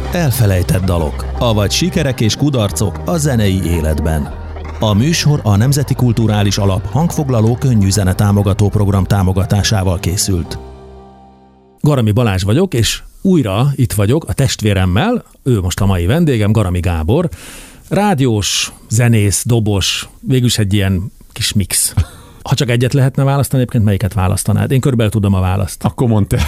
Elfelejtett dalok, avagy sikerek és kudarcok a zenei életben. A műsor a Nemzeti Kulturális Alap hangfoglaló könnyű zene támogató program támogatásával készült. Garami Balázs vagyok, és újra itt vagyok a testvéremmel, ő most a mai vendégem, Garami Gábor. Rádiós, zenész, dobos, végülis egy ilyen kis mix. Ha csak egyet lehetne választani, egyébként melyiket választanád? Én körülbelül tudom a választ. Akkor mondd te.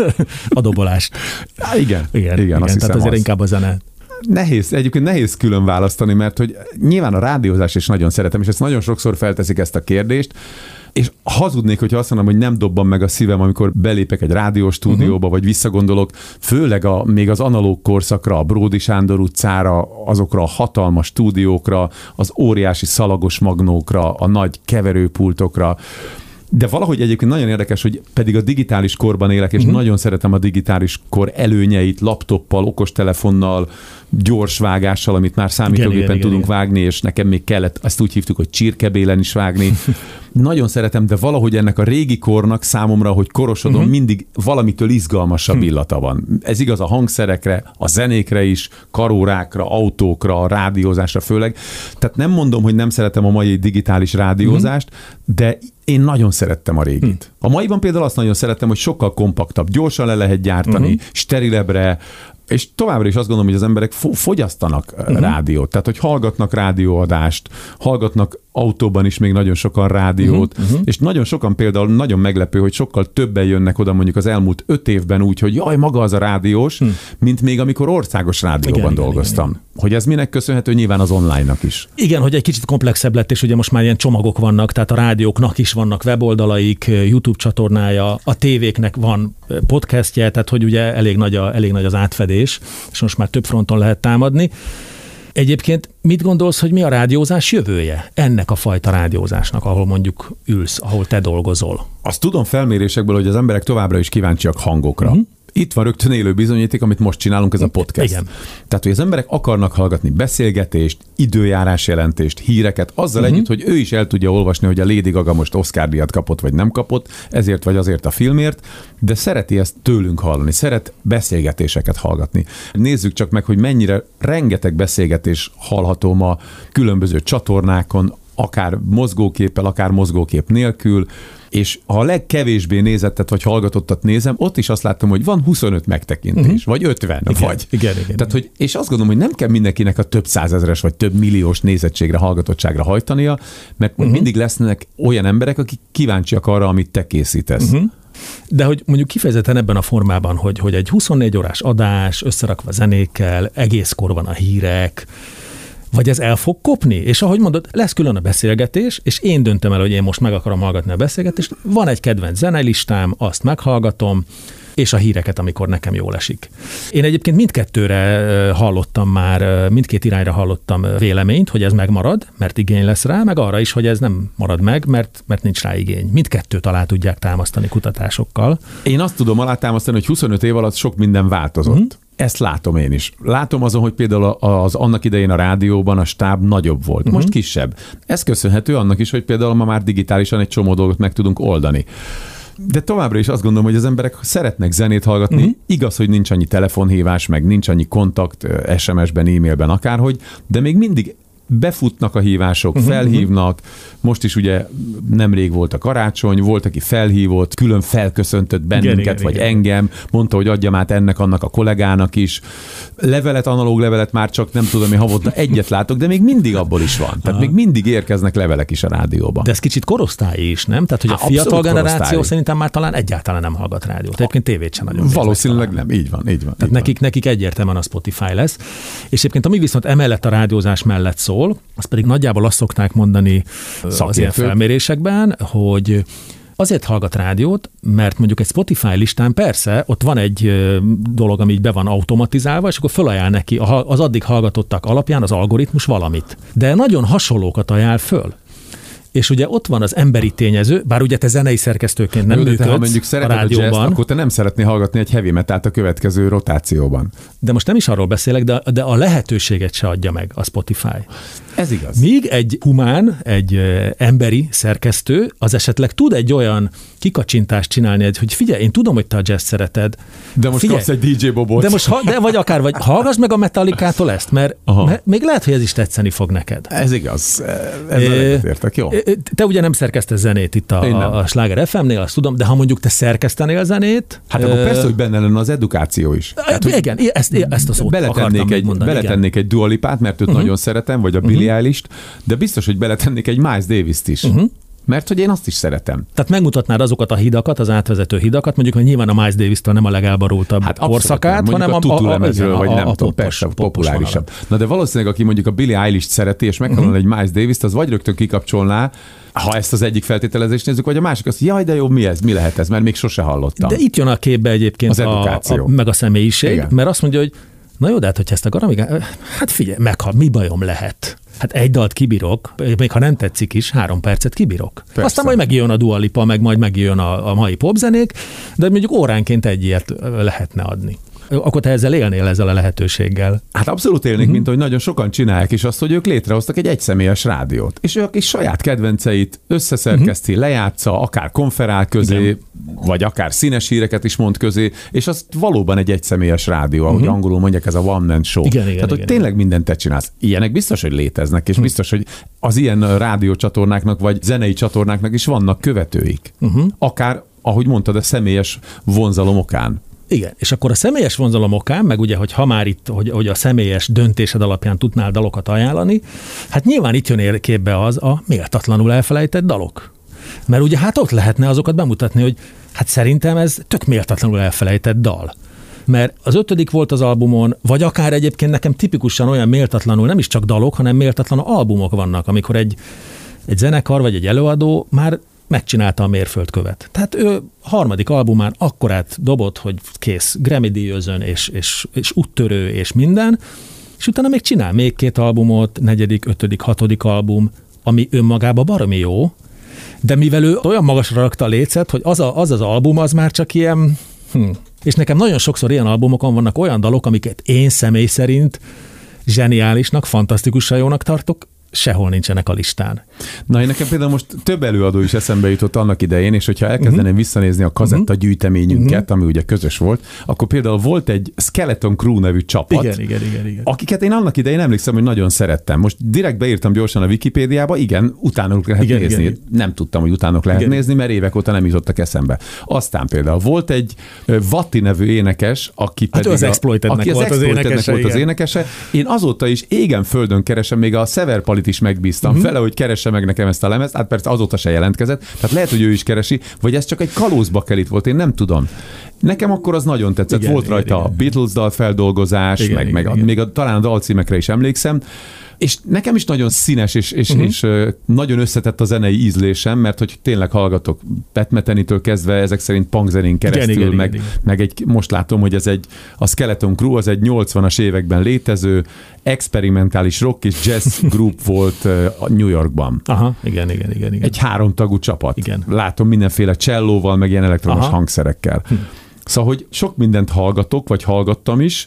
A dobolást. Igen, tehát azért inkább a zene. Egyébként nehéz külön választani, mert hogy nyilván a rádiózást is nagyon szeretem, és ezt nagyon sokszor felteszik ezt a kérdést, és hazudnék, hogyha azt mondom, hogy nem dobban meg a szívem, amikor belépek egy rádióstúdióba, vagy visszagondolok, főleg még az analóg korszakra, a Bródi Sándor utcára, azokra a hatalmas stúdiókra, az óriási szalagos magnókra, a nagy keverőpultokra. De valahogy egyébként nagyon érdekes, hogy pedig a digitális korban élek, és nagyon szeretem a digitális kor előnyeit, laptoppal, okostelefonnal, gyors vágással, amit már számítógépen tudunk vágni, és nekem még kellett, azt úgy hívtuk, hogy csirkebélen is vágni. Nagyon szeretem, de valahogy ennek a régi kornak számomra, hogy korosodom, mindig valamitől izgalmasabb illata van. Ez igaz a hangszerekre, a zenékre is, karórákra, autókra, a rádiózásra főleg. Tehát nem mondom, hogy nem szeretem a mai digitális rádiózást, de én nagyon szerettem a régit. A maiban például azt nagyon szerettem, hogy sokkal kompaktabb, gyorsan le lehet gyártani, sterilebbre, és továbbra is azt gondolom, hogy az emberek fogyasztanak rádiót. Tehát, hogy hallgatnak rádióadást, hallgatnak autóban is még nagyon sokan rádiót, és nagyon sokan például nagyon meglepő, hogy sokkal többen jönnek oda mondjuk az elmúlt 5 évben úgy, hogy jaj, maga az a rádiós, mint még amikor országos rádióban dolgoztam. Igen. Hogy ez minek köszönhető? Nyilván az online-nak is. Igen, hogy egy kicsit komplexebb lett, és ugye most már ilyen csomagok vannak, tehát a rádióknak is vannak weboldalaik, YouTube csatornája, a tévéknek van podcastje, tehát hogy ugye elég nagy az átfedés, és most már több fronton lehet támadni. Egyébként mit gondolsz, hogy mi a rádiózás jövője? Ennek a fajta rádiózásnak, ahol mondjuk ülsz, ahol te dolgozol? Azt tudom felmérésekből, hogy az emberek továbbra is kíváncsiak hangokra. Itt van rögtön élő bizonyíték, amit most csinálunk, ez a podcast. Igen. Tehát, hogy az emberek akarnak hallgatni beszélgetést, időjárás jelentést, híreket, azzal együtt, hogy ő is el tudja olvasni, hogy a Lady Gaga most Oscar-díjat kapott, vagy nem kapott, ezért vagy azért a filmért, de szereti ezt tőlünk hallani, szeret beszélgetéseket hallgatni. Nézzük csak meg, hogy mennyire rengeteg beszélgetés hallható ma különböző csatornákon, akár mozgóképpel, akár mozgókép nélkül, és ha a legkevésbé nézettet vagy hallgatottat nézem, ott is azt láttam, hogy van 25 megtekintés, vagy 50, Igen. Tehát, hogy, és azt gondolom, hogy nem kell mindenkinek a több százezeres vagy több milliós nézettségre, hallgatottságra hajtania, mert mindig lesznek olyan emberek, akik kíváncsiak arra, amit te készítesz. De hogy mondjuk kifejezetten ebben a formában, hogy egy 24 órás adás, összerakva zenékkel, egészkor van a hírek, vagy ez el fog kopni? És ahogy mondod, lesz külön a beszélgetés, és én döntöm el, hogy én most meg akarom hallgatni a beszélgetést. Van egy kedvenc zenelistám, azt meghallgatom, és a híreket, amikor nekem jól esik. Én egyébként mindkettőre hallottam már, mindkét irányra hallottam véleményt, hogy ez megmarad, mert igény lesz rá, meg arra is, hogy ez nem marad meg, mert nincs rá igény. Mindkettőt alá tudják támasztani kutatásokkal. Én azt tudom alátámasztani, hogy 25 év alatt sok minden változott. Ezt látom én is. Látom azon, hogy például az annak idején a rádióban a stáb nagyobb volt, most kisebb. Ez köszönhető annak is, hogy például ma már digitálisan egy csomó dolgot meg tudunk oldani. De továbbra is azt gondolom, hogy az emberek szeretnek zenét hallgatni. Igaz, hogy nincs annyi telefonhívás, meg nincs annyi kontakt SMS-ben, e-mailben, akárhogy, de még mindig befutnak a hívások, felhívnak. Most is ugye nemrég volt a karácsony, volt, aki felhívott, külön felköszöntött bennünket, vagy engem, mondta, hogy adjam át ennek-annak a kollégának is. Analóg levelet már csak nem tudom, hogy havonta egyet látok, de még mindig abból is van. Tehát még mindig érkeznek levelek is a rádióban. De ez kicsit korosztályi is, nem? Tehát, hogy a fiatal generáció szerintem már talán egyáltalán nem hallgat rádiót. Egyébként tévét sem nagyon. Valószínűleg nem, így van. Tehát nekik egyértelműen a Spotify lesz. És egyébként ami viszont emellett a rádiózás mellett szól, azt pedig nagyjából azt szokták mondani az ilyen felmérésekben, hogy azért hallgat rádiót, mert mondjuk egy Spotify listán persze, ott van egy dolog, ami így be van automatizálva, és akkor fölajánl neki az addig hallgatottak alapján az algoritmus valamit. De nagyon hasonlókat ajánl föl. és ugye ott van az emberi tényező, bár ugye te zenei szerkesztőként nem működsz ha mondjuk szereted a jazz, akkor te nem szeretnél hallgatni egy heavy metalt a következő rotációban. De most nem is arról beszélek, de a lehetőséget se adja meg a Spotify. Ez igaz. Míg egy humán, egy emberi szerkesztő az esetleg tud egy olyan kikacsintást csinálni, hogy figyelj, én tudom, hogy te a jazz szereted. De most kapsz egy DJ Bobot. Vagy hallgass meg a Metallicától ezt, mert még lehet, hogy ez is tetszeni fog neked. Ez igaz. Ezzel értek, jó. Te ugye nem szerkesztesz zenét itt a Sláger FM-nél, azt tudom, de ha mondjuk te szerkesztenél zenét... Hát akkor persze, hogy benne lenne az edukáció is. Hát, igen, ezt a szót beletennék egy Dua Lipát, mert őt nagyon szeretem, vagy a Billie Eilish-t, de biztos, hogy beletennék egy Miles Davis-t is. Mert hogy én azt is szeretem. Tehát megmutatnád azokat a hidakat, az átvezető hidakat, mondjuk, hogy nyilván a Miles Davis-től nem a legelborultabb korszakát, hanem a tutulemezről, vagy nem tudom, persze populárisabb. Na de valószínűleg, aki mondjuk a Billie Eilish-t szereti, és meghallana egy Miles Davis-t, az vagy rögtön kikapcsolná, ha ezt az egyik feltételezést nézzük, vagy a másik az, jaj, de jó, mi lehet ez, mert még sose hallottam. De itt jön a képbe egyébként az edukáció. meg a személyiség, igen. Mert azt mondja, hogy na jó, de hát, hogyha ezt a garamigát, hát figyelj, meghal, mi bajom lehet? Hát egy dalt kibírok, még ha nem tetszik is, 3 percet kibírok. Persze. Aztán majd megjön a Dua Lipa, meg majd megjön a mai popzenék, de mondjuk óránként egy ilyet lehetne adni. Akkor te ezzel élnél, ezzel a lehetőséggel? Hát abszolút élnék, mint hogy nagyon sokan csinálják is azt, hogy ők létrehoztak egy egyszemélyes rádiót. És ők is saját kedvenceit összeszerkeszti, lejátsza, akár konferál közé, igen. vagy akár színes híreket is mond közé, és az valóban egy egyszemélyes rádió, ahogy angolul mondják, ez a one man show. Igen, hogy tényleg mindent te csinálsz. Ilyenek biztos, hogy léteznek, és biztos, hogy az ilyen rádiócsatornáknak, vagy zenei csatornáknak is vannak követőik. Akár, ahogy mondtad, a személyes vonzalom okán. Igen, és akkor a személyes vonzalom okán, meg ugye, hogy ha már itt, hogy a személyes döntésed alapján tudnál dalokat ajánlani, hát nyilván itt jön képbe az a méltatlanul elfelejtett dalok. Mert ugye hát ott lehetne azokat bemutatni, hogy hát szerintem ez tök méltatlanul elfelejtett dal. Mert az 5. volt az albumon, vagy akár egyébként nekem tipikusan olyan méltatlanul, nem is csak dalok, hanem méltatlan albumok vannak, amikor egy zenekar vagy egy előadó már megcsinálta a mérföldkövet. Tehát ő 3. albumán akkorát dobott, hogy kész, Grammy-díjazon és úttörő és minden, és utána még csinál még 2 albumot, 4., 5., 6. album, ami önmagában baromi jó, de mivel ő olyan magasra rakta a lécet, hogy az az album az már csak ilyen... És nekem nagyon sokszor ilyen albumokon vannak olyan dalok, amiket én személy szerint zseniálisnak, fantasztikusan jónak tartok, sehol nincsenek a listán. Na, én nekem például most több előadó is eszembe jutott annak idején, és hogyha elkezdeném visszanézni a kazetta gyűjteményünket, ami ugye közös volt, akkor például volt egy Skeleton Crew nevű csapat, igen. akiket én annak idején emlékszem, hogy nagyon szerettem. Most direkt beírtam gyorsan a Wikipédiába, igen, utánok lehet nézni. Igen. Nem tudtam, hogy utánok lehet nézni, mert évek óta nem jutottak eszembe. Aztán például volt egy Vatti nevű énekes, aki pedig az Exploitednek volt az énekese. Én azóta is égen-földön keresem, még a Severpalit is megbíztam vele, hogy keresse meg nekem ezt a lemezt, hát persze azóta se jelentkezett, tehát lehet, hogy ő is keresi, vagy ez csak egy kalózbakelit volt, én nem tudom. Nekem akkor az nagyon tetszett, volt rajta a Beatles dal feldolgozás, még talán a dalcímekre is emlékszem, és nekem is nagyon színes és nagyon összetett a zenei ízlésem, mert hogy tényleg hallgatok Pat Meteny-től kezdve ezek szerint punkzenén keresztül, meg most látom, hogy a Skeleton Crew az egy 80-as években létező experimentális rock és jazz group volt New Yorkban. Aha, igen. Egy 3 tagú csapat. Igen. Látom mindenféle csellóval, meg ilyen elektromos hangszerekkel. Szóval, hogy sok mindent hallgatok, vagy hallgattam is.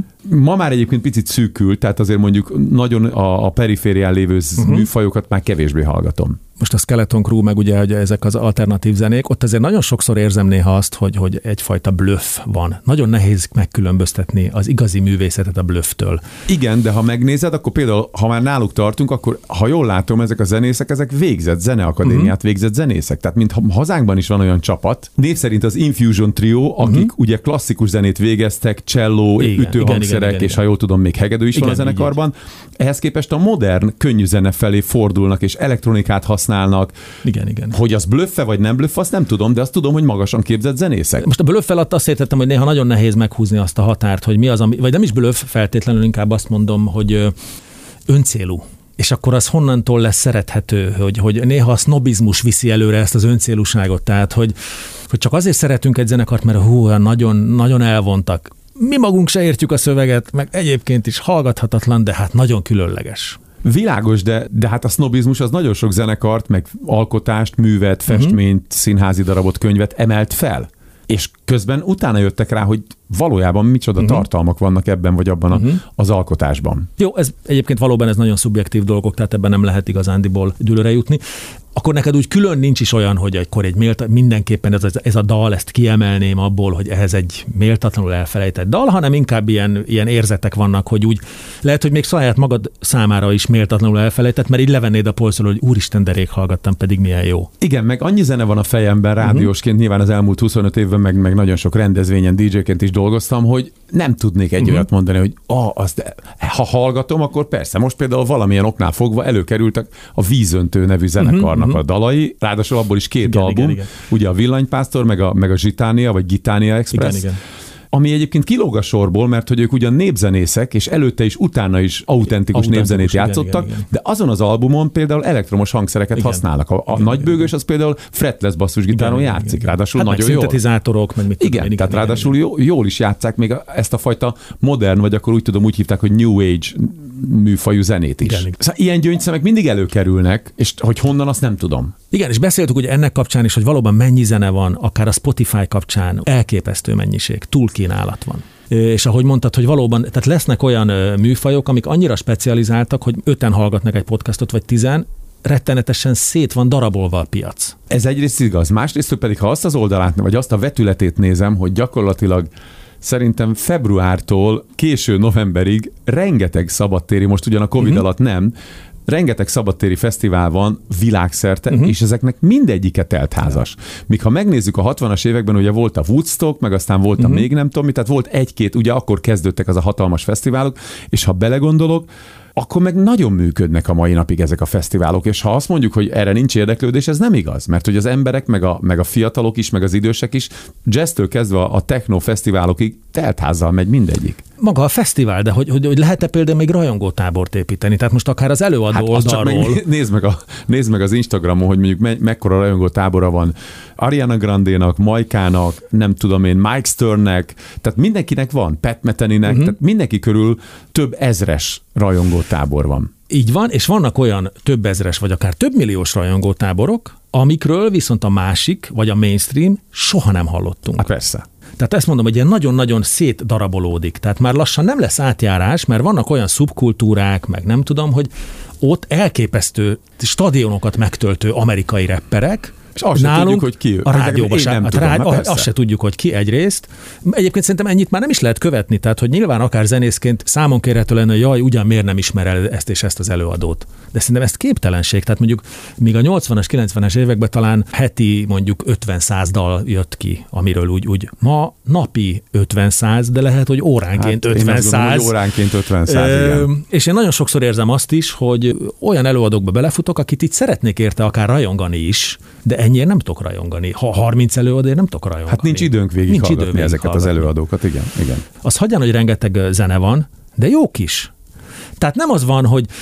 Ma már egyébként picit szűkül, tehát azért mondjuk nagyon a periférián lévő műfajokat már kevésbé hallgatom. Most a Skeleton Crew, meg ugye hogy ezek az alternatív zenék, ott azért nagyon sokszor érzem néha azt, hogy egyfajta bluff van. Nagyon nehéz megkülönböztetni az igazi művészetet a blufftől. Igen, de ha megnézed, akkor például, ha már náluk tartunk, akkor ha jól látom, ezek a zenészek, ezek végzett zeneakadémiát végzett zenészek. Tehát mint hazánkban is van olyan csapat, név szerint az Infusion Trio, akik ugye klasszikus zenét végeztek, cselló, ütőhangszerek, és ha jól tudom, még hegedű is van a zenekarban. Ehhez képest a modern, könnyű zene felé fordulnak, és elektronikát használnak. Igen. Hogy az blöffe vagy nem blöff, azt nem tudom, de azt tudom, hogy magasan képzett zenészek. Most a blöff alatt azt értettem, hogy néha nagyon nehéz meghúzni azt a határt, hogy mi az, vagy nem is blöff feltétlenül, inkább azt mondom, hogy öncélú. És akkor az honnantól lesz szerethető, hogy néha a sznobizmus viszi előre ezt az öncélúságot, tehát hogy csak azért szeretünk egy zenekart, mert nagyon, nagyon elvontak. Mi magunk se értjük a szöveget, meg egyébként is hallgathatatlan, de hát nagyon különleges. Világos, de hát a sznobizmus az nagyon sok zenekart, meg alkotást, művet, festményt, színházi darabot, könyvet emelt fel. És közben utána jöttek rá, hogy valójában micsoda tartalmak vannak ebben vagy abban az alkotásban. Jó, ez egyébként valóban ez nagyon szubjektív dolgok, tehát ebben nem lehet igazándiból dűlőre jutni. Akkor neked úgy külön nincs is olyan, hogy akkor mindenképpen ez a dal, ezt kiemelném abból, hogy ehhez egy méltatlanul elfelejtett dal, hanem inkább ilyen érzetek vannak, hogy úgy lehet, hogy még saját magad számára is méltatlanul elfelejtett, mert így levennéd a polcról, hogy úristen, de rég hallgattam, pedig milyen jó. Igen, meg annyi zene van a fejemben rádiósként, nyilván az elmúlt 25 évben, meg nagyon sok rendezvényen DJ-ként is dolgoztam, hogy nem tudnék egy olyat mondani, hogy ha hallgatom, akkor persze. Most például valamilyen oknál fogva előkerültek a Vízöntő nevű zenekarnak a dalai, ráadásul abból is két album, igen. Ugye a Villanypásztor, meg a Zsitánia, vagy Gitánia Express. Igen. Ami egyébként kilóg a sorból, mert hogy ők ugyan népzenészek, és előtte is, utána is autentikus népzenét játszottak, igen. De azon az albumon például elektromos hangszereket használnak. A nagybőgös az például fretless basszusgitáron játszik, ráadásul nagyon jól. Szintetizátorok, meg mit igen, tehát ráadásul jól is játsszák még ezt a fajta modern, vagy akkor úgy hívták, hogy New Age műfajú zenét is. Igen. Szóval ilyen gyöngyszemek mindig előkerülnek, és hogy honnan, azt nem tudom. Igen, és beszéltük ugye ennek kapcsán is, hogy valóban mennyi zene van, akár a Spotify kapcsán, elképesztő mennyiség, túlkínálat van. És ahogy mondtad, hogy valóban, tehát lesznek olyan műfajok, amik annyira specializáltak, hogy 5-en hallgatnak egy podcastot, vagy 10, rettenetesen szét van darabolva a piac. Ez egyrészt igaz, másrészt pedig, ha azt az oldalát, vagy azt a vetületét nézem, hogy gyakorlatilag szerintem februártól késő novemberig rengeteg szabadtéri, most ugyan a Covid alatt nem, rengeteg szabadtéri fesztivál van világszerte, és ezeknek mindegyike teltházas. Míg ha megnézzük a 60-as években, ugye volt a Woodstock, meg aztán volt a még nem tudom mi, tehát volt egy-két, ugye akkor kezdődtek az a hatalmas fesztiválok, és ha belegondolok, akkor meg nagyon működnek a mai napig ezek a fesztiválok, és ha azt mondjuk, hogy erre nincs érdeklődés, ez nem igaz, mert hogy az emberek, meg a fiatalok is, meg az idősek is, jazztől kezdve a techno fesztiválokig teltházzal megy mindegyik. Maga a fesztivál, de hogy lehet-e például még rajongótábort építeni? Tehát most akár az előadó oldalról... Nézd meg az Instagramon, hogy mondjuk mekkora rajongótábora van Ariana Grande-nak, Majkának, nem tudom én, Mike Sternnek, tehát mindenkinek van, Pat Metheny-nek, tehát mindenki körül több ezres rajongótábor van. Így van, és vannak olyan több ezres, vagy akár több milliós rajongótáborok, amikről viszont a másik, vagy a mainstream soha nem hallottunk. Hát persze. Tehát ezt mondom, hogy ilyen nagyon-nagyon szétdarabolódik. Tehát már lassan nem lesz átjárás, mert vannak olyan szubkultúrák, meg nem tudom, hogy ott elképesztő stadionokat megtöltő amerikai rapperek, és azt se tudjuk, hogy ki. A rádióban azt se tudjuk, hogy ki egyrészt. Egyébként szerintem ennyit már nem is lehet követni, tehát hogy nyilván akár zenészként számon kérhető lenne, hogy jaj, ugyan miért nem ismer el ezt és ezt az előadót. De szerintem ezt képtelenség. Tehát mondjuk míg a 80-as, 90-es években talán heti mondjuk 50-100 dal jött ki, amiről úgy ma napi 50-100, de lehet, hogy óránként 50-100. Óránként 50-100, igen. És én nagyon sokszor érzem azt is, hogy olyan előadókba belefutok, akit itt szeretnék érte akár rajongani is, de ennyire nem tudok rajongani. Ha 30 előadóért nem tudok rajongani. Hát nincs időnk végighallgatni ezeket az előadókat, igen. Az hagyján, hogy rengeteg zene van, de jók is. Tehát nem az van, hogy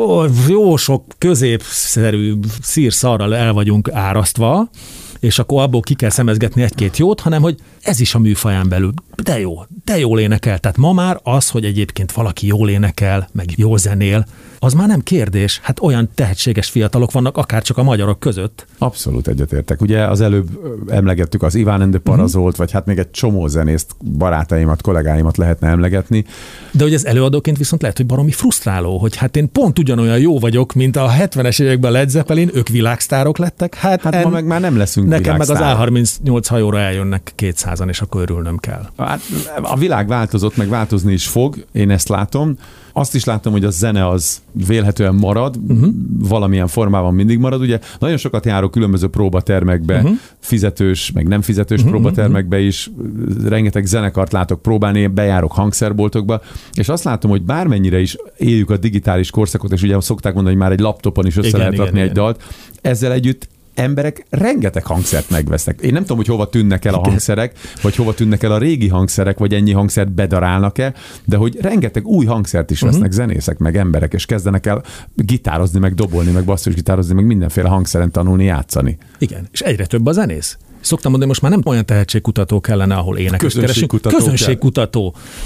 jó sok középszerű szírszarral el vagyunk árasztva, és akkor abból ki kell szemezgetni egy-két jót, hanem hogy ez is a műfaján belül. De jól énekel. Tehát ma már az, hogy egyébként valaki jól énekel, meg jól zenél, az már nem kérdés. Hát olyan tehetséges fiatalok vannak, akár csak a magyarok között. Abszolút egyetértek. Ugye az előbb emlegettük az Iván and the Parazolt, vagy hát még egy csomó zenészt, barátaimat, kollégáimat lehetne emlegetni. De hogy ez előadóként viszont lehet, hogy baromi frusztráló, hogy hát én pont ugyanolyan jó vagyok, mint a 70-es években Led Zeppelin, ők világsztárok lettek. Hát ma meg már nem leszünk nekem világsztárok. Meg az A38 hajóra eljönnek 200-an, és akkor örülnöm kell. Hát a világ változott, meg változni is fog, én ezt látom. Azt is látom, hogy a zene az vélhetően marad, valamilyen formában mindig marad. Ugye nagyon sokat járok különböző próbatermekbe, fizetős, meg nem fizetős próbatermekbe is, rengeteg zenekart látok próbálni, bejárok hangszerboltokba, és azt látom, hogy bármennyire is éljük a digitális korszakot, és ugye szokták mondani, hogy már egy laptopon is össze lehet rakni egy dalt, ezzel együtt emberek rengeteg hangszert megvesznek. Én nem tudom, hogy hova tűnnek el a hangszerek, vagy hova tűnnek el a régi hangszerek, vagy ennyi hangszert bedarálnak-e, de hogy rengeteg új hangszert is vesznek zenészek, meg emberek, és kezdenek el gitározni, meg dobolni, meg basszusgitározni, meg mindenféle hangszeren tanulni, játszani. Igen, és egyre több a zenész. Szoktam mondani, most már nem olyan tehetségkutató kellene, ahol énekes keresünk. Közönségkutató.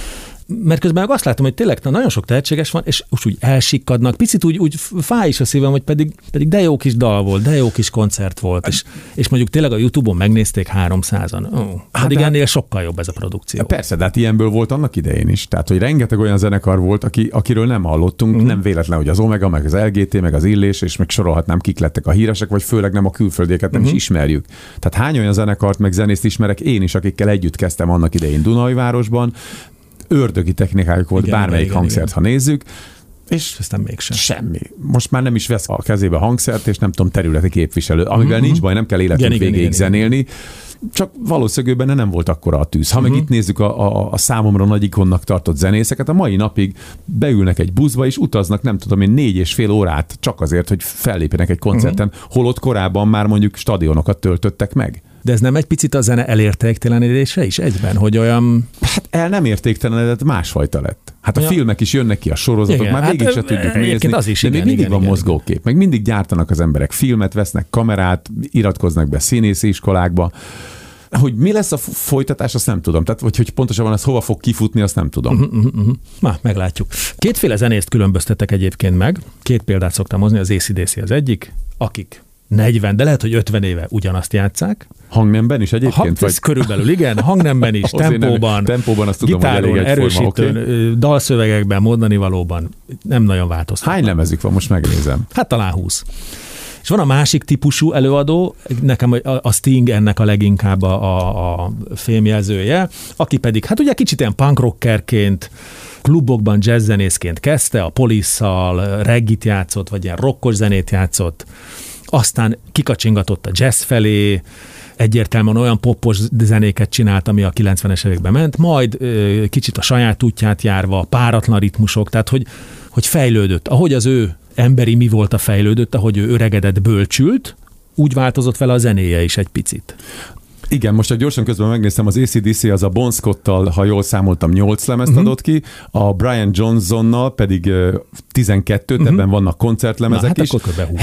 mert közben meg azt látom, hogy tényleg nagyon sok tehetséges van, és úgy elsikkadnak, picit úgy fáj is a szívem, hogy pedig de jó kis dal volt, de jó kis koncert volt, és mondjuk tényleg a YouTube-on megnézték 300-an. Pedig ennél sokkal jobb ez a produkció. Persze, de hát ilyenből volt annak idején is. Tehát, hogy rengeteg olyan zenekar volt, akiről nem hallottunk, nem véletlen, hogy az Omega, meg az LGT, meg az Illés, és meg sorolhatnám, kik lettek a híresek, vagy főleg nem a külföldieket nem is ismerjük. Tehát hány olyan zenekart, meg zenészt ismerek én is, akikkel együtt kezdtem annak idején Dunajvárosban. Ördögi technikájuk volt bármelyik hangszert, ha nézzük. És aztán mégsem. Semmi. Most már nem is vesz a kezébe hangszert, és nem tudom, területi képviselő, amivel nincs baj, nem kell életünk végéig zenélni. Csak valószínűleg benne nem volt akkora a tűz. Ha meg itt nézzük a számomra nagy ikonnak tartott zenészeket, a mai napig beülnek egy buszba, és utaznak, nem tudom én, 4,5 órát csak azért, hogy fellépjenek egy koncerten, holott korábban már mondjuk stadionokat töltöttek meg. De ez nem egy picit a zene elértéktelenedése is egyben, hogy olyan... Hát el nem értéktelenedett, másfajta lett. Hát a filmek is jönnek ki, a sorozatok, igen, már végig se tudjuk nézni, az is, de még mindig van mozgókép, meg mindig gyártanak az emberek filmet, vesznek kamerát, iratkoznak be színészi iskolákba. Hogy mi lesz a folytatás, azt nem tudom. Tehát, hogy pontosabban ez hova fog kifutni, azt nem tudom. Na, meglátjuk. Kétféle zenészt különböztetek egyébként meg. Két példát szoktam hozni, az AC/DC az egyik, akik 40, de lehet, hogy 50 éve ugyanazt játsszák. Hangnemben is egyébként? Ez körülbelül, igen, hangnemben is, tempóban azt tudom, gitáron, hogy elég erősítőn, dalszövegekben, mondani valóban nem nagyon változtat. Hány lemezük van, most megnézem? Hát talán 20. És van a másik típusú előadó, nekem a Sting ennek a leginkább a fémjelzője, aki pedig, hát ugye kicsit ilyen punk rockerként, klubokban jazzzenészként kezdte, a Police-szal reggit játszott, vagy ilyen rockos zenét játszott, aztán kikacsingatott a jazz felé, egyértelműen olyan popos zenéket csinált, ami a 90-es években ment, majd kicsit a saját útját járva, páratlan ritmusok, tehát hogy fejlődött. Ahogy az ő emberi mi volt a fejlődött, ahogy ő öregedett, bölcsült, úgy változott vele a zenéje is egy picit. Igen, most csak gyorsan közben megnéztem, az AC/DC az a Bon Scottal, ha jól számoltam, 8 lemezt adott ki, a Brian Johnsonnal pedig 12-t, ebben vannak koncertlemezek is.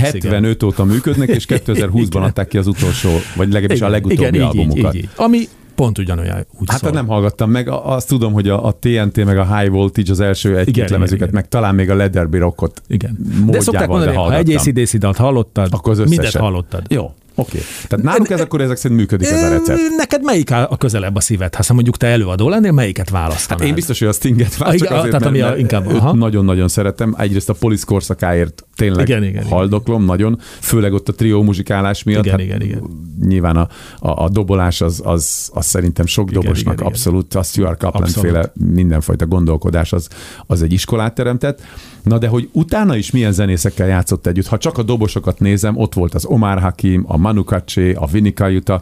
75 óta működnek, és 2020-ban adták ki az utolsó, vagy legalábbis a legutóbbi albumukat. Így. Ami pont ugyanolyan úgy hát szól. Nem hallgattam meg, azt tudom, hogy a TNT meg a High Voltage az első egy-két lemezüket, meg talán még a Let There Be Rockot. Igen. De szokták mondani, ha egy AC/DC dalt hallottad, akkor mindet hallottad. Jó. Oké. Tehát nálunk ezek szerint működik ez a recept. Neked melyik áll a közelebb a szíved? Ha mondjuk te előadó lennél, melyiket választanád? Hát én biztos, hogy a Stinget csak azért, mert nagyon-nagyon szeretem. Egyrészt a Police korszakáért tényleg haldoklom, nagyon. Főleg ott a trió muzsikálás miatt. Igen. Nyilván a dobolás az szerintem sok dobosnak abszolút, a Stuart Copeland-féle mindenfajta gondolkodás az egy iskolát teremtett. Na de hogy utána is milyen zenészekkel játszott együtt. Ha csak a dobosokat nézem, ott volt az Omar Hakim, a Manu Katché, a Vinnie Colaiuta.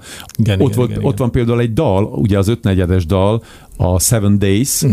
Ott van például egy dal, ugye az 5/4-es dal, a Seven Days,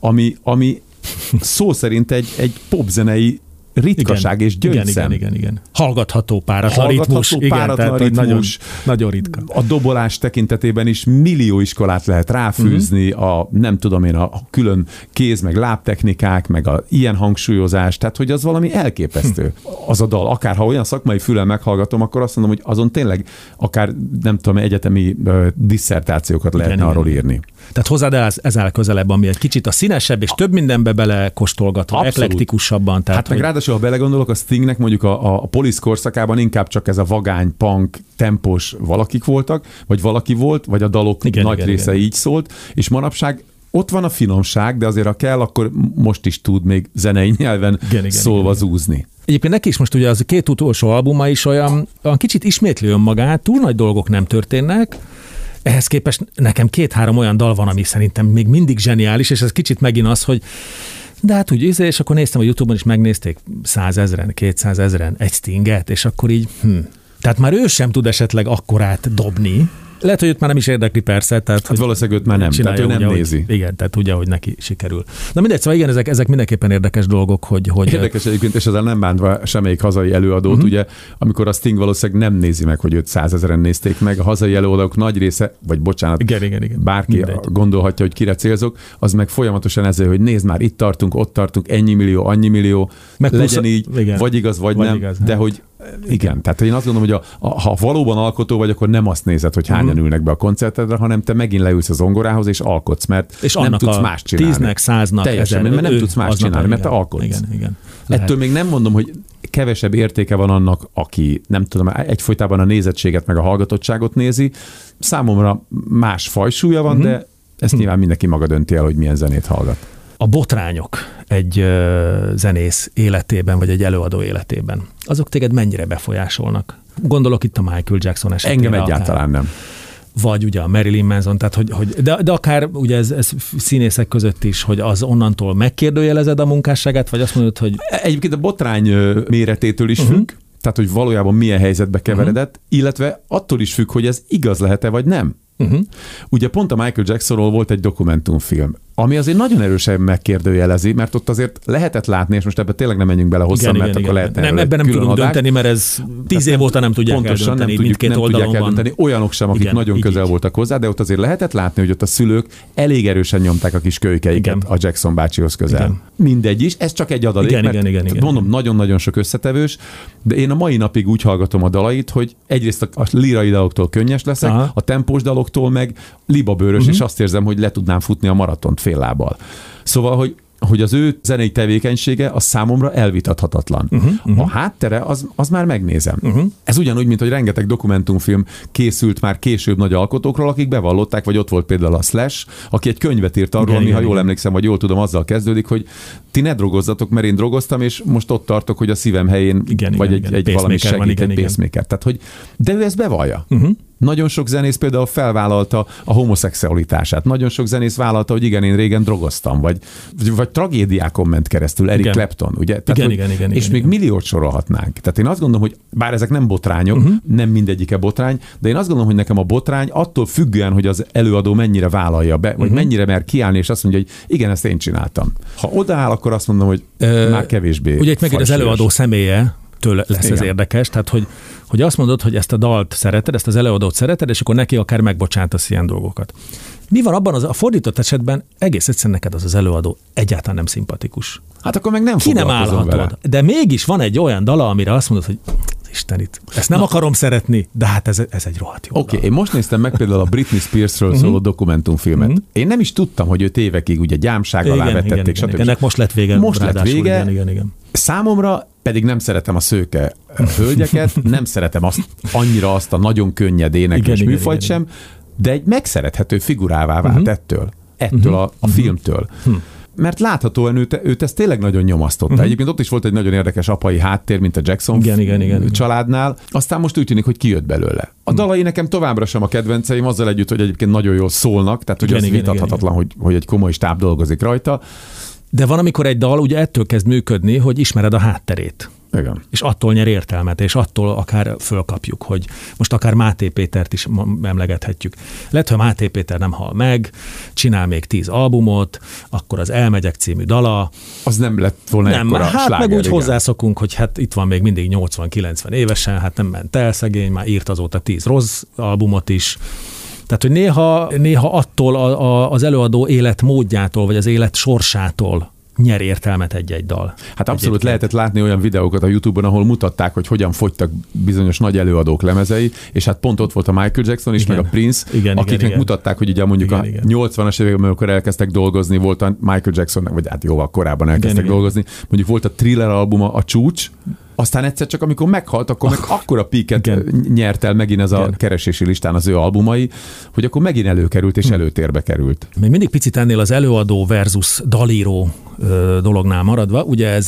ami szó szerint egy popzenei ritkaság és gyöngyszem. Igen. Hallgatható páratlan ritmus. Ritmus. Nagyon ritka. A dobolás tekintetében is millió iskolát lehet ráfűzni, a nem tudom én, a külön kéz, meg lábtechnikák, meg a ilyen hangsúlyozás, tehát hogy az valami elképesztő. Az a dal, akár ha olyan szakmai füllel meghallgatom, akkor azt mondom, hogy azon tényleg akár nem tudom, egyetemi disszertációkat lehetne arról írni. Tehát hozzád ez áll közelebb, ami egy kicsit a színesebb, és több mindenbe belekóstolgatva, eklektikusabban. Tehát, meg ráadásul, ha belegondolok, a Stingnek mondjuk a Police korszakában inkább csak ez a vagány, punk, tempós valakik voltak, vagy valaki volt, vagy a dalok nagy része így szólt, és manapság ott van a finomság, de azért ha kell, akkor most is tud még zenei nyelven szólva zúzni. Egyébként neki is most ugye az két utolsó albuma is olyan kicsit ismétli önmagát, túl nagy dolgok nem történnek. Ehhez képest nekem 2-3 olyan dal van, ami szerintem még mindig zseniális, és ez kicsit megint az, hogy de hát úgy és akkor néztem a YouTube-on, és megnézték 100 000, 200 000 egy Stinget, és akkor így, Tehát már ő sem tud esetleg akkorát dobni. Lehet, hogy őt már nem is érdekli persze. Tehát, hát valószínűleg őt már nem, tehát ő nem nézi. Igen, tehát ugye, hogy neki sikerül. Na mindegy, szóval igen, ezek mindenképpen érdekes dolgok, hogy... Érdekes egyébként, és ezzel nem bántva semmelyik hazai előadót, ugye, amikor a Sting valószínűleg nem nézi meg, hogy őt 100 000 nézték meg, a hazai előadók nagy része, vagy bocsánat, igen. Bárki gondolhatja, hogy kire célzok, az meg folyamatosan ezzel, hogy nézd már, itt tartunk, ott tartunk, ennyi millió, annyi millió, meg legyen így, vagy igaz, vagy nem, igaz, de hogy Igen, tehát én azt gondolom, hogy ha valóban alkotó vagy, akkor nem azt nézed, hogy hányan ülnek be a koncertedre, hanem te megint leülsz a zongorához, és alkotsz, mert és nem tudsz más csinálni. 10-nek, 100-nak, teljesen, mert nem tudsz más csinálni, mert te alkotsz. Igen. Ettől még nem mondom, hogy kevesebb értéke van annak, aki nem tudom, egyfolytában a nézettséget meg a hallgatottságot nézi. Számomra más fajsúlya van, de ezt nyilván mindenki maga dönti el, hogy milyen zenét hallgat. A botrányok egy zenész életében, vagy egy előadó életében, azok téged mennyire befolyásolnak? Gondolok itt a Michael Jackson esetére. Engem egyáltalán nem. Vagy ugye a Marilyn Manson, tehát de akár ugye ez színészek között is, hogy az onnantól megkérdőjelezed a munkásságát, vagy azt mondod, hogy... Egyébként a botrány méretétől is függ, tehát hogy valójában milyen helyzetbe keveredett, illetve attól is függ, hogy ez igaz lehet-e, vagy nem. Ugye pont a Michael Jacksonról volt egy dokumentumfilm, ami azért nagyon erősen megkérdőjelezi, mert ott azért lehetett látni, és most ebben tényleg nem menjünk bele hosszan, mert akkor lehetne nem, ebben nem tudunk dönteni, mert ez 10 év óta nem tudják pontosan eldönteni, nem tudják eldönteni. Olyanok sem, akik nagyon közel voltak hozzá, de ott azért lehetett látni, hogy ott a szülők elég erősen nyomták a kis kölykeiket a Jackson bácsihoz közel. Igen. Mindegy is, ez csak egy adalék, mert mondom, nagyon-nagyon sok összetevős, de én a mai napig úgy hallgatom a dalait, hogy egyrészt a lírai daloktól könnyes leszek, a tempós daloktól meg libabőrös, és azt érzem, hogy le tudnám futni a maratont fél lábbal. Szóval, hogy az ő zenei tevékenysége az számomra elvitathatatlan. A háttere, az már megnézem. Ez ugyanúgy, mint hogy rengeteg dokumentumfilm készült már később nagy alkotókról, akik bevallották, vagy ott volt például a Slash, aki egy könyvet írt arról, ami, ha jól emlékszem, vagy jól tudom, azzal kezdődik, hogy ti ne drogozzatok, mert én drogoztam, és most ott tartok, hogy a szívem helyén vagy egy valami segít, egy pacemaker. Tehát, hogy, de ő ezt bevallja. Nagyon sok zenész például felvállalta a homoszexualitását. Nagyon sok zenész vállalta, hogy igen, én régen drogoztam, vagy tragédiákon ment keresztül, Eric Clapton, ugye? Tehát, igen, és még milliót sorolhatnánk. Tehát én azt gondolom, hogy bár ezek nem botrányok, nem mindegyike botrány, de én azt gondolom, hogy nekem a botrány attól függően, hogy az előadó mennyire vállalja be, vagy mennyire mer kiállni, és azt mondja, hogy igen, ezt én csináltam. Ha odaáll, akkor azt mondom, hogy már kevésbé. Ugye itt megint az előadó személye lesz ez érdekes, tehát hogy azt mondod, hogy ezt a dalt szereted, ezt az előadót szereted, és akkor neki akár megbocsátasz ilyen dolgokat. Mi van abban a fordított esetben, egész egyszerűen neked az előadó egyáltalán nem szimpatikus. Hát akkor meg nem ki nem állhatod. Vele. De mégis van egy olyan dala, amire azt mondod, hogy Istenit, ezt nem akarom szeretni, de hát ez egy rohadt jó. Oké, én most néztem meg például a Britney Spearsről szóló dokumentumfilmet. Én nem is tudtam, hogy őt évekig ugye gyámság alá vetették, stb. Ennek most lett vége. Most lett vége. Igen. Számomra pedig nem szeretem a szőke hölgyeket, nem szeretem annyira azt a nagyon könnyed éneklés műfajt sem, de egy megszerethető figurává vált ettől a filmtől. Mert láthatóan őt ez tényleg nagyon nyomasztotta. Egyébként ott is volt egy nagyon érdekes apai háttér, mint a Jackson családnál. Aztán most úgy tűnik, hogy kijött belőle. A dalai nekem továbbra sem a kedvenceim, azzal együtt, hogy egyébként nagyon jól szólnak, tehát hogy az vitathatatlan, hogy egy komoly stáb dolgozik rajta. De van, amikor egy dal ugye ettől kezd működni, hogy ismered a hátterét. Igen. És attól nyer értelmet, és attól akár fölkapjuk, hogy most akár Máté Pétert is emlegethetjük. Lehet, hogy Máté Péter nem hal meg, csinál még 10 albumot, akkor az Elmegyek című dala. Az nem lett volna ekkora hát sláger, meg úgy hozzászokunk, hogy hát itt van még mindig 80-90 évesen, hát nem ment el szegény, már írt azóta 10 rossz albumot is. Tehát, hogy néha attól az előadó életmódjától, vagy az élet sorsától nyer értelmet egy dal. Hát abszolút lehetett látni olyan videókat a YouTube-on, ahol mutatták, hogy hogyan fogytak bizonyos nagy előadók lemezei, és hát pont ott volt a Michael Jackson is, meg a Prince, akiknek mutatták, hogy ugye mondjuk a 80-as években, amikor elkezdtek dolgozni, volt a Michael Jackson, vagy hát jóval korábban elkezdtek dolgozni, mondjuk volt a Thriller albuma, a Csúcs, aztán egyszer csak, amikor meghalt, akkor meg akkora píket nyert el megint ez a keresési listán az ő albumai, hogy akkor megint előkerült és előtérbe került. Még mindig picit ennél az előadó versus dalíró dolognál maradva, ugye ez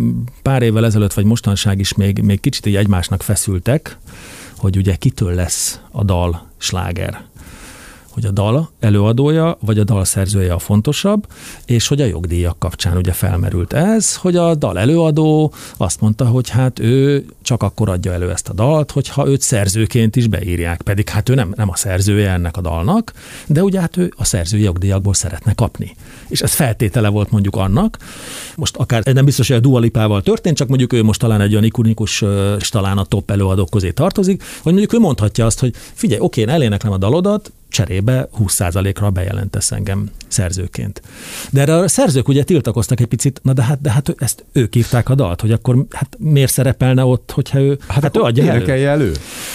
pár évvel ezelőtt, vagy mostanság is még kicsit így egymásnak feszültek, hogy ugye kitől lesz a dal sláger. Hogy a dal előadója, vagy a dal szerzője a fontosabb, és hogy a jogdíjak kapcsán ugye felmerült ez, hogy a dal előadó azt mondta, hogy hát ő csak akkor adja elő ezt a dalt, hogyha őt szerzőként is beírják, pedig hát ő nem a szerzője ennek a dalnak, de ugye hát ő a szerzői jogdíjakból szeretne kapni. És ez feltétele volt mondjuk annak, most akár nem biztos, hogy a Dua Lipával történt, csak mondjuk ő most talán egy olyan ikonikus, és talán a top előadók közé tartozik, hogy mondjuk ő mondhatja azt, hogy figyelj, oké, én eléneklem a dalodat, cserébe 20%-ra bejelentesz engem szerzőként. De erre a szerzők ugye tiltakoztak egy picit, na de hát ezt ők írták a dalt, hogy akkor hát miért szerepelne ott, hogyha ő, hát ő adja elő.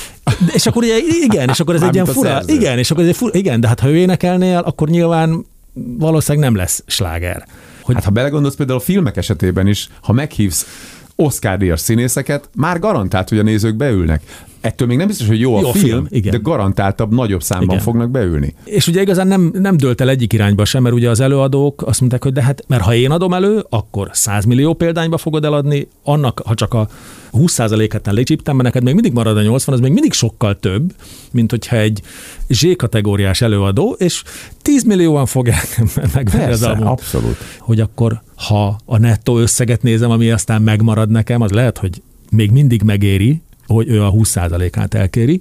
És akkor ugye igen, és akkor ez egy ilyen fura, igen, és akkor ez egy fura, igen, de hát ha ő énekelnél, akkor nyilván valószínűleg nem lesz sláger. Hát ha belegondolsz például a filmek esetében is, ha meghívsz Oscar-díjas színészeket, már garantált, hogy a nézők beülnek. Ettől még nem biztos, hogy jó a film, de garantáltabb, nagyobb számban fognak beülni. És ugye igazán nem dőlt el egyik irányba sem, mert ugye az előadók azt mondták, hogy de hát, mert ha én adom elő, akkor 100 millió példányba fogod eladni, annak, ha csak a 20%-át lecsíptem, mert neked még mindig marad a 80, az még mindig sokkal több, mint hogyha egy Z-kategóriás előadó, és 10 millióan fogják megvenni az albumot. Abszolút. Hogy akkor, ha a nettó összeget nézem, ami aztán megmarad nekem, az lehet, hogy még mindig megéri, hogy ő a 20%-át elkéri.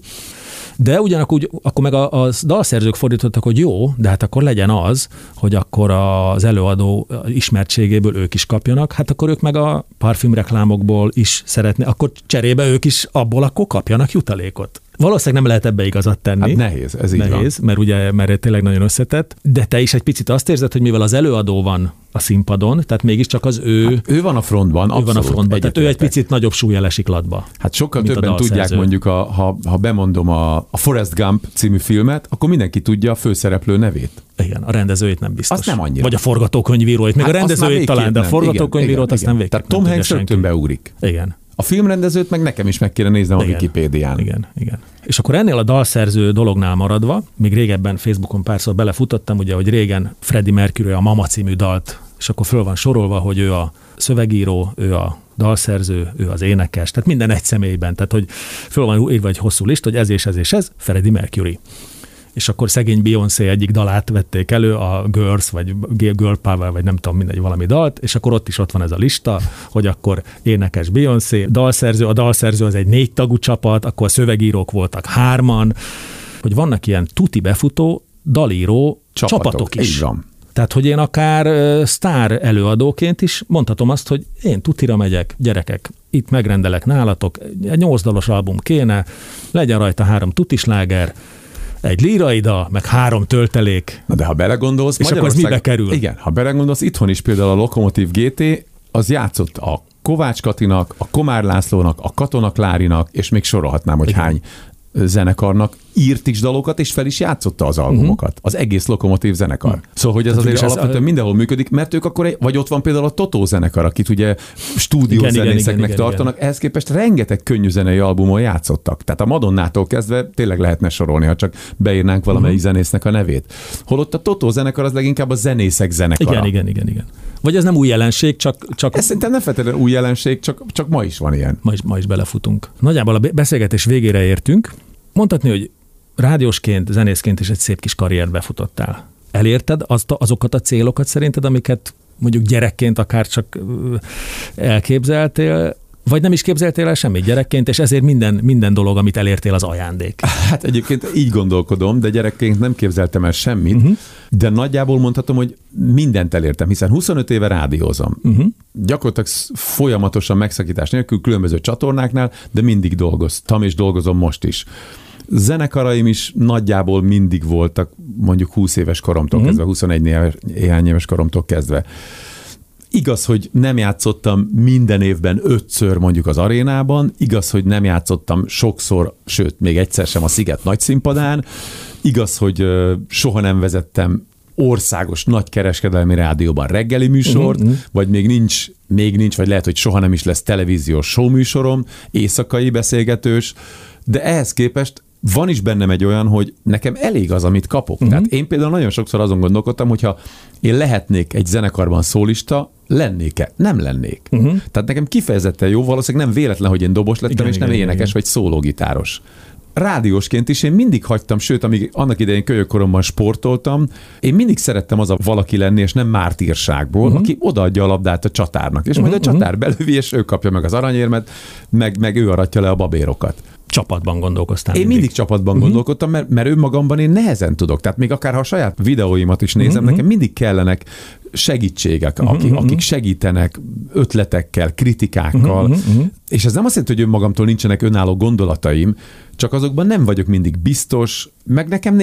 De ugyanakkor akkor meg a dalszerzők fordítottak, hogy jó, de hát akkor legyen az, hogy akkor az előadó ismertségéből ők is kapjanak, hát akkor ők meg a parfümreklámokból is szeretné, akkor cserébe ők is abból akkor kapjanak jutalékot. Valószínűleg nem lehet ebbe igazat tenni. Hát nehéz, ez így nehéz, van. Mert tényleg nagyon összetett. De te is egy picit azt érzed, hogy mivel az előadó van a színpadon, tehát mégiscsak az ő... Hát ő van a frontban, abszolút. Ő van a frontban, tehát ő egy picit nagyobb súlyjal esik latba. Hát sokkal többen tudják mondjuk, ha bemondom a Forrest Gump című filmet, akkor mindenki tudja a főszereplő nevét. Igen, a rendezőit nem biztos. Azt nem annyira. Vagy a forgatókönyvíróit. Még a rendezőit talán, de a forgatókönyvírót azt nem végképp. Tehát Tom Hanks rögtön beugrik. Igen. A filmrendezőt meg nekem is meg kéne néznem a Wikipédián. Igen. És akkor ennél a dalszerző dolognál maradva, még régebben Facebookon párszor belefutottam, ugye, hogy régen Freddie Mercury a Mama című dalt, és akkor föl van sorolva, hogy ő a szövegíró, ő a dalszerző, ő az énekes, tehát minden egy személyben, tehát hogy föl van írva egy hosszú lista, hogy ez, Freddie Mercury. És akkor szegény Beyoncé egyik dalát vették elő, a Girls, vagy Girl Power, vagy nem tudom, mindegy valami dalt, és akkor ott van ez a lista, hogy akkor énekes Beyoncé, dalszerző, a dalszerző az egy 4 tagú csapat, akkor a szövegírók voltak 3-an, hogy vannak ilyen tuti befutó, dalíró csapatok is. Így van. Tehát, hogy én akár sztár előadóként is mondhatom azt, hogy én tutira megyek, gyerekek, itt megrendelek nálatok, egy 8 dalos album kéne, legyen rajta 3 tutisláger, egy líraida, meg 3 töltelék. Na de ha belegondolsz, és akkor ez mibe kerül? Igen, ha belegondolsz, itthon is például a Lokomotív GT, az játszott a Kovács Katinak, a Komár Lászlónak, a Katona Klárinak, és még sorolhatnám, hogy hány zenekarnak írt is dalokat, és fel is játszotta az albumokat. Az egész Lokomotív zenekar. Szóval, hogy ez azért alapvetően mindenhol működik, mert ők akkor, vagy ott van például a Totó zenekar, akit ugye stúdiózenészeknek tartanak, ehhez képest rengeteg könnyű zenei albumon játszottak. Tehát a Madonnától kezdve tényleg lehetne sorolni, ha csak beírnánk valamelyik zenésznek a nevét. Holott a Totó zenekar az leginkább a zenészek zenekara. Igen. Vagy ez nem új jelenség, csak... Ez szerintem nem feltétlenül új jelenség, csak ma is van ilyen. Ma is belefutunk. Nagyjából a beszélgetés végére értünk. Mondhatni, hogy rádiósként, zenészként is egy szép kis karriert befutottál. Elérted azokat a célokat szerinted, amiket mondjuk gyerekként akár csak elképzeltél, vagy nem is képzeltél el semmit gyerekként, és ezért minden dolog, amit elértél, az ajándék? Hát egyébként így gondolkodom, de gyerekként nem képzeltem el semmit, de nagyjából mondhatom, hogy mindent elértem, hiszen 25 éve rádiózom. Gyakorlatilag folyamatosan megszakítás nélkül különböző csatornáknál, de mindig dolgoztam, és dolgozom most is. Zenekaraim is nagyjából mindig voltak, mondjuk 20 éves koromtól kezdve, 21 néhány éves koromtól kezdve. Igaz, hogy nem játszottam minden évben 5-ször mondjuk az arénában, igaz, hogy nem játszottam sokszor, sőt, még egyszer sem a Sziget nagyszínpadán, igaz, hogy soha nem vezettem országos nagy kereskedelmi rádióban reggeli műsort, vagy még nincs, vagy lehet, hogy soha nem is lesz televíziós showműsorom, éjszakai beszélgetős, de ehhez képest van is bennem egy olyan, hogy nekem elég az, amit kapok. Tehát én például nagyon sokszor azon gondolkodtam, hogyha én lehetnék egy zenekarban szólista, lennék-e? Nem lennék. Tehát nekem kifejezetten jó, valószínűleg nem véletlen, hogy én dobos lettem, és nem énekes vagy szólógitáros. Rádiósként is én mindig hagytam, sőt, amíg annak idején kölyökkoromban sportoltam, én mindig szerettem az a valaki lenni, és nem mártírságból, aki odaadja a labdát a csatárnak, és majd a csatár belövi, és ő kapja meg az aranyérmet, meg ő aratja le a babérokat. Csapatban gondolkoztál. Én mindig csapatban gondolkodtam, mert önmagamban én nehezen tudok. Tehát még akár ha a saját videóimat is nézem, nekem mindig kellenek segítségek, akik segítenek ötletekkel, kritikákkal, és ez nem azt jelenti, hogy önmagamtól nincsenek önálló gondolataim, csak azokban nem vagyok mindig biztos, meg nekem néha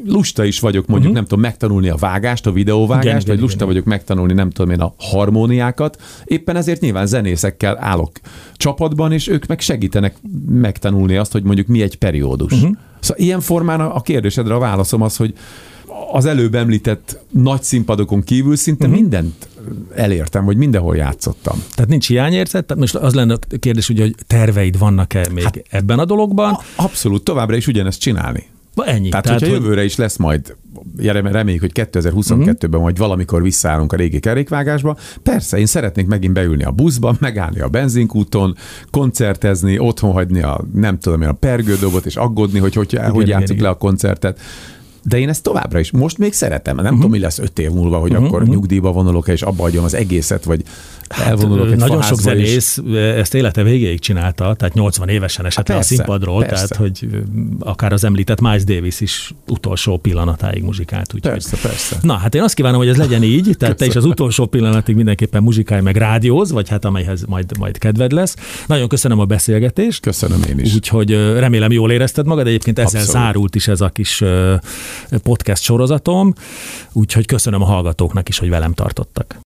lusta is vagyok mondjuk, nem tudom, megtanulni a vágást, a videóvágást, vagy lusta vagyok megtanulni, nem tudom én, a harmóniákat. Éppen ezért nyilván zenészekkel állok csapatban, és ők meg segítenek megtanulni azt, hogy mondjuk mi egy periódus. Szóval ilyen formán a kérdésedre a válaszom az, hogy az előbb említett nagy színpadokon kívül szinte mindent elértem, vagy mindenhol játszottam. Tehát nincs hiányérzet? Tehát most az lenne a kérdés, ugye, hogy terveid vannak-e még ebben a dologban? Abszolút, továbbra is ugyanezt csinálni. Ennyi. Tehát hogyha jövőre is lesz majd, reméljük, hogy 2022-ben majd valamikor visszaállunk a régi kerékvágásba, persze, én szeretnék megint beülni a buszba, megállni a benzinkúton, koncertezni, otthon hagyni a pergődobot, és aggódni, hogy játsszuk le a koncertet. De én ezt továbbra is most még szeretem. Nem tudom, mi lesz 5 év múlva, hogy akkor nyugdíjba vonulok és abba hagyom az egészet, vagy elvonulok egy nagyon sok faházba zenész ezt élete végéig csinálta, tehát 80 évesen esett le a színpadról, tehát hogy akár az említett Miles Davis is utolsó pillanatáig muzsikált. Persze. Na, hát én azt kívánom, hogy ez legyen így, tehát te is az utolsó pillanatig mindenképpen muzsikálj meg rádióz, vagy hát amelyhez majd kedved lesz. Nagyon köszönöm a beszélgetést. Köszönöm én is. Úgyhogy remélem jól érezted magad, egyébként ezzel zárult is ez a kis podcast sorozatom, úgyhogy köszönöm a hallgatóknak is, hogy velem tartottak.